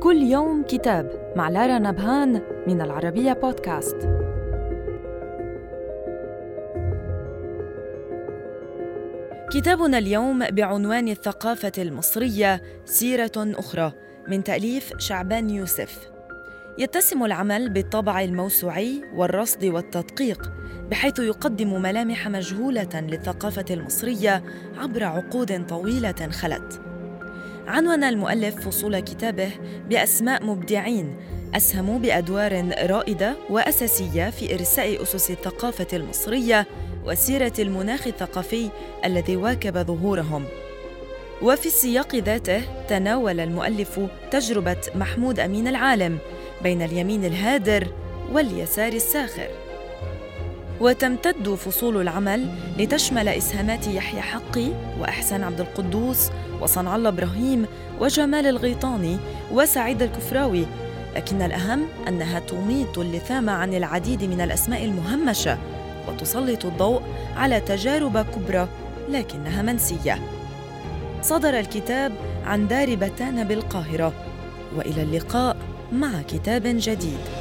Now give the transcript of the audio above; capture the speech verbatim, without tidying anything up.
كل يوم كتاب مع لارا نبهان من العربية بودكاست. كتابنا اليوم بعنوان الثقافة المصرية سيرة أخرى من تأليف شعبان يوسف. يتسم العمل بالطبع الموسوعي والرصد والتدقيق، بحيث يقدم ملامح مجهولة للثقافة المصرية عبر عقود طويلة خلت. عنون المؤلف فصول كتابه بأسماء مبدعين أسهموا بأدوار رائدة وأساسية في إرساء أسس الثقافة المصرية وسيرة المناخ الثقافي الذي واكب ظهورهم. وفي السياق ذاته تناول المؤلف تجربة محمود أمين العالم بين اليمين الهادر واليسار الساخر. وتمتد فصول العمل لتشمل إسهامات يحيى حقي وأحسان عبد القدوس وصنع الله إبراهيم وجمال الغيطاني وسعيد الكفراوي، لكن الأهم أنها تميط اللثام عن العديد من الأسماء المهمشة وتسلط الضوء على تجارب كبرى لكنها منسية. صدر الكتاب عن دار بتان بالقاهرة، وإلى اللقاء مع كتاب جديد.